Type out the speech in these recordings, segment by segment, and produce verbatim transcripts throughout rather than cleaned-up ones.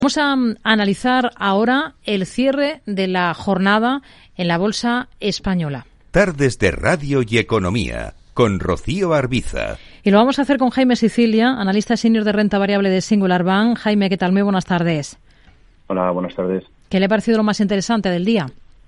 Vamos a analizar ahora el cierre de la jornada en la Bolsa Española. Tardes de Radio y Economía, con Rocío Arbiza. Y lo vamos a hacer con Jaime Sicilia, analista senior de renta variable de Singular Bank. Jaime, ¿qué tal? Muy buenas tardes. Hola, buenas tardes. ¿Qué le ha parecido lo más interesante del día?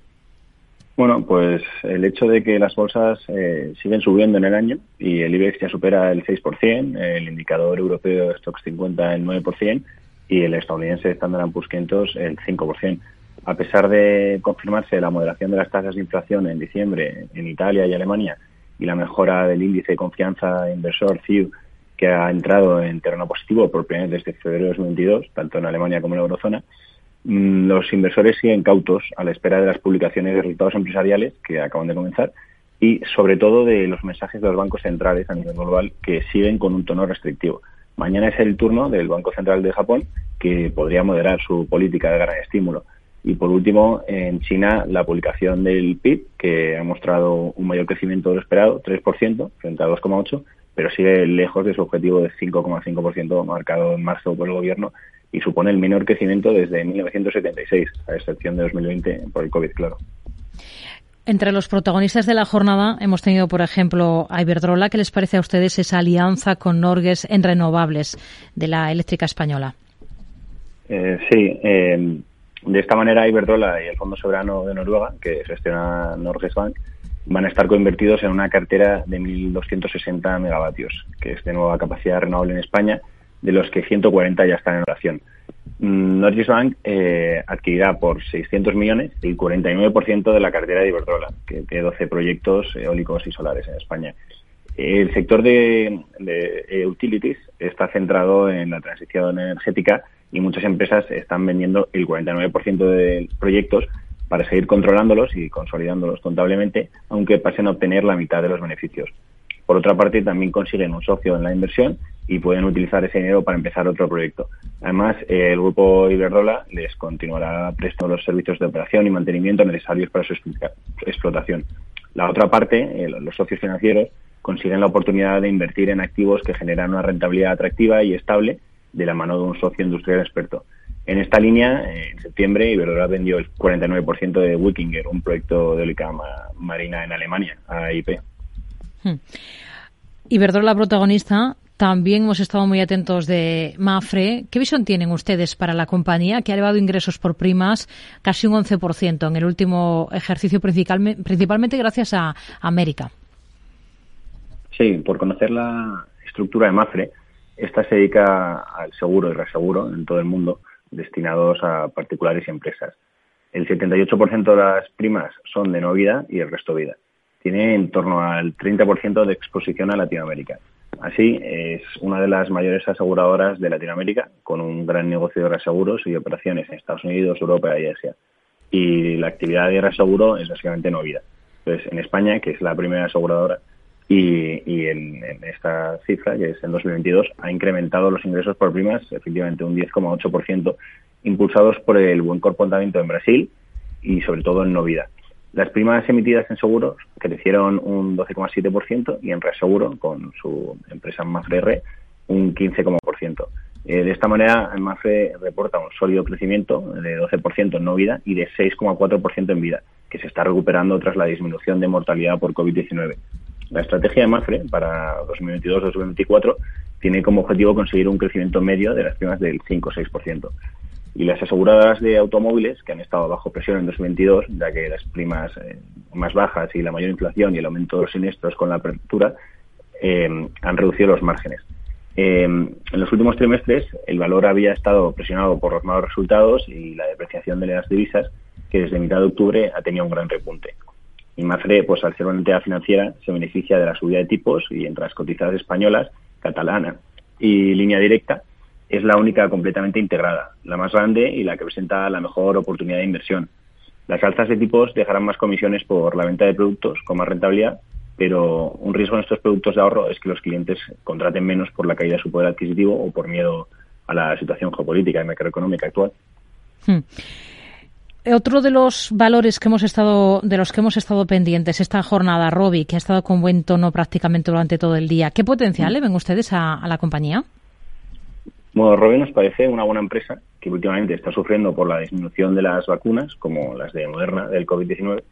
Bueno, pues el hecho de que las bolsas eh, siguen subiendo en el año y el IBEX ya supera el seis por ciento, el indicador europeo Stoxx cincuenta el nueve por ciento y el estadounidense Standard and Poor's quinientos el cinco por ciento. A pesar de confirmarse la moderación de las tasas de inflación en diciembre en Italia y Alemania y la mejora del índice de confianza inversor C I U, que ha entrado en terreno positivo por primera vez desde febrero de dos mil veintidós, tanto en Alemania como en la eurozona, los inversores siguen cautos a la espera de las publicaciones de resultados empresariales que acaban de comenzar y, sobre todo, de los mensajes de los bancos centrales a nivel global que siguen con un tono restrictivo. Mañana es el turno del Banco Central de Japón, que podría moderar su política de gran estímulo. Y, por último, en China, la publicación del P I B, que ha mostrado un mayor crecimiento de lo esperado, tres por ciento, frente a dos coma ocho por ciento, pero sigue lejos de su objetivo de cinco coma cinco por ciento marcado en marzo por el gobierno y supone el menor crecimiento desde mil novecientos setenta y seis, a excepción de dos mil veinte por el COVID, claro. Entre los protagonistas de la jornada hemos tenido, por ejemplo, a Iberdrola. ¿Qué les parece a ustedes esa alianza con Norges en renovables de la eléctrica española? Eh, sí, eh, de esta manera Iberdrola y el Fondo Soberano de Noruega, que gestiona Norges Bank, van a estar coinvertidos en una cartera de mil doscientos sesenta megavatios, que es de nueva capacidad renovable en España, de los que ciento cuarenta ya están en operación. Norges Bank eh, adquirirá por seiscientos millones el cuarenta y nueve por ciento de la cartera de Iberdrola, que tiene doce proyectos eólicos y solares en España. El sector de, de utilities está centrado en la transición energética y muchas empresas están vendiendo el cuarenta y nueve por ciento de proyectos para seguir controlándolos y consolidándolos contablemente, aunque pasen a obtener la mitad de los beneficios. Por otra parte, también consiguen un socio en la inversión y pueden utilizar ese dinero para empezar otro proyecto. Además, eh, el grupo Iberdrola les continuará prestando los servicios de operación y mantenimiento necesarios para su explotación. La otra parte, eh, los socios financieros, consiguen la oportunidad de invertir en activos que generan una rentabilidad atractiva y estable de la mano de un socio industrial experto. En esta línea, eh, en septiembre, Iberdrola vendió el cuarenta y nueve por ciento de Wikinger, un proyecto de eólica ma- marina en Alemania, a I P. Hmm. Iberdrola protagonista. También hemos estado muy atentos de Mapfre. ¿Qué visión tienen ustedes para la compañía, que ha elevado ingresos por primas casi un once por ciento en el último ejercicio, principalmente gracias a América? Sí, por conocer la estructura de Mapfre, esta se dedica al seguro y reaseguro en todo el mundo, destinados a particulares y empresas. El setenta y ocho por ciento de las primas son de no vida y el resto vida. Tiene en torno al treinta por ciento de exposición a Latinoamérica. Así, es una de las mayores aseguradoras de Latinoamérica, con un gran negocio de reaseguros y operaciones en Estados Unidos, Europa y Asia. Y la actividad de reaseguro es básicamente no vida. Entonces, en España, que es la primera aseguradora, y, y en, en esta cifra, que es en dos mil veintidós, ha incrementado los ingresos por primas, efectivamente un diez coma ocho por ciento, impulsados por el buen comportamiento en Brasil y sobre todo en no vida. Las primas emitidas en seguros crecieron un doce coma siete por ciento y en reaseguro, con su empresa Mapfre R, un quince coma uno por ciento. Eh, de esta manera, Mapfre reporta un sólido crecimiento de doce por ciento en no vida y de seis coma cuatro por ciento en vida, que se está recuperando tras la disminución de mortalidad por COVID diecinueve. La estrategia de Mapfre para dos mil veintidós dos mil veinticuatro tiene como objetivo conseguir un crecimiento medio de las primas del cinco a seis por ciento. Y las aseguradoras de automóviles, que han estado bajo presión en dos mil veintidós, ya que las primas eh, más bajas y la mayor inflación y el aumento de los siniestros con la apertura eh, han reducido los márgenes. Eh, en los últimos trimestres, el valor había estado presionado por los malos resultados y la depreciación de las divisas, que desde mitad de octubre ha tenido un gran repunte. Y Mapfre, pues al ser una entidad financiera, se beneficia de la subida de tipos y entre las cotizadas españolas, catalana y Línea Directa, es la única completamente integrada, la más grande y la que presenta la mejor oportunidad de inversión. Las alzas de tipos dejarán más comisiones por la venta de productos con más rentabilidad, pero un riesgo en estos productos de ahorro es que los clientes contraten menos por la caída de su poder adquisitivo o por miedo a la situación geopolítica y macroeconómica actual. Hmm. Otro de los valores que hemos estado, de los que hemos estado pendientes esta jornada, Robi, que ha estado con buen tono prácticamente durante todo el día. ¿Qué potencial le ven ustedes a, a la compañía? Bueno, Rovi nos parece una buena empresa que últimamente está sufriendo por la disminución de las vacunas, como las de Moderna, del covid diecinueve.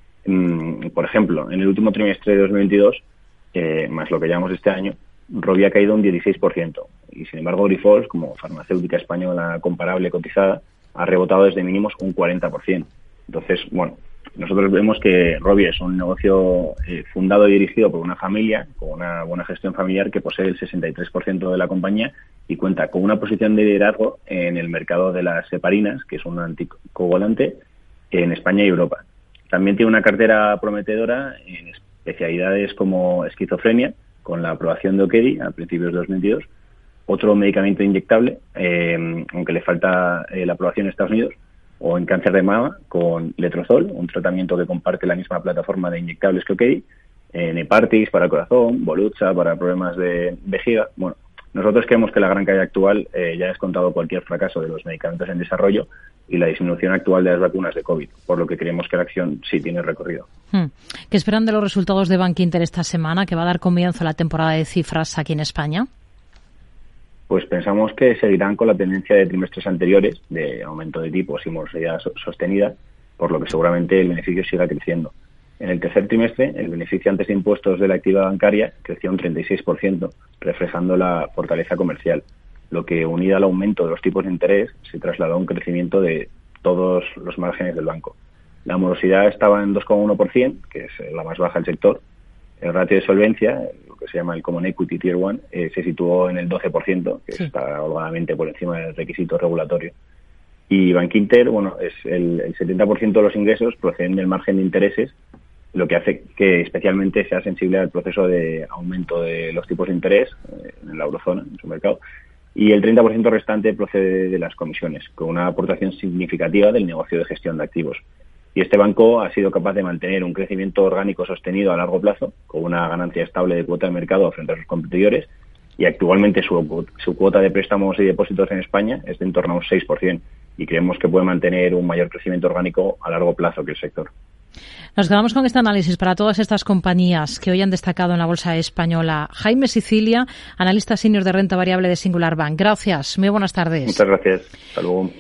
Mm, por ejemplo, en el último trimestre de dos mil veintidós, eh, más lo que llevamos este año, Rovi ha caído un dieciséis por ciento. Y sin embargo, Grifols, como farmacéutica española comparable cotizada, ha rebotado desde mínimos un cuarenta por ciento. Entonces, bueno, nosotros vemos que Rovi es un negocio eh, fundado y dirigido por una familia, con una buena gestión familiar, que posee el sesenta y tres por ciento de la compañía y cuenta con una posición de liderazgo en el mercado de las heparinas, que es un anticoagulante, en España y Europa. También tiene una cartera prometedora en especialidades como esquizofrenia, con la aprobación de Okedi a principios de dos mil veintidós, otro medicamento inyectable, eh, aunque le falta eh, la aprobación en Estados Unidos, o en cáncer de mama con letrozol, un tratamiento que comparte la misma plataforma de inyectables que Okedi, en Hepartis para el corazón, Volutsa para problemas de vejiga. Bueno, nosotros creemos que la gran caída actual eh, ya ha descontado cualquier fracaso de los medicamentos en desarrollo y la disminución actual de las vacunas de COVID, por lo que creemos que la acción sí tiene recorrido. Hmm. ¿Qué esperan de los resultados de Bankinter esta semana, que va a dar comienzo a la temporada de cifras aquí en España? Pues pensamos que seguirán con la tendencia de trimestres anteriores de aumento de tipos y morosidad sostenida, por lo que seguramente el beneficio siga creciendo. En el tercer trimestre, el beneficio antes de impuestos de la actividad bancaria creció un treinta y seis por ciento, reflejando la fortaleza comercial, lo que, unido al aumento de los tipos de interés, se trasladó a un crecimiento de todos los márgenes del banco. La morosidad estaba en dos coma uno por ciento, que es la más baja del sector. El ratio de solvencia, lo que se llama el Common Equity Tier uno, eh, se situó en el doce por ciento, que sí. está holgadamente por encima del requisito regulatorio. Y Bankinter, bueno, es el, el setenta por ciento de los ingresos proceden del margen de intereses, lo que hace que especialmente sea sensible al proceso de aumento de los tipos de interés eh, en la eurozona, en su mercado. Y el treinta por ciento restante procede de las comisiones, con una aportación significativa del negocio de gestión de activos. Y este banco ha sido capaz de mantener un crecimiento orgánico sostenido a largo plazo, con una ganancia estable de cuota de mercado frente a sus competidores, y actualmente su, su cuota de préstamos y depósitos en España es de en torno a un seis por ciento, y creemos que puede mantener un mayor crecimiento orgánico a largo plazo que el sector. Nos quedamos con este análisis para todas estas compañías que hoy han destacado en la bolsa española. Jaime Sicilia, analista senior de renta variable de Singular Bank. Gracias, muy buenas tardes. Muchas gracias. Hasta luego.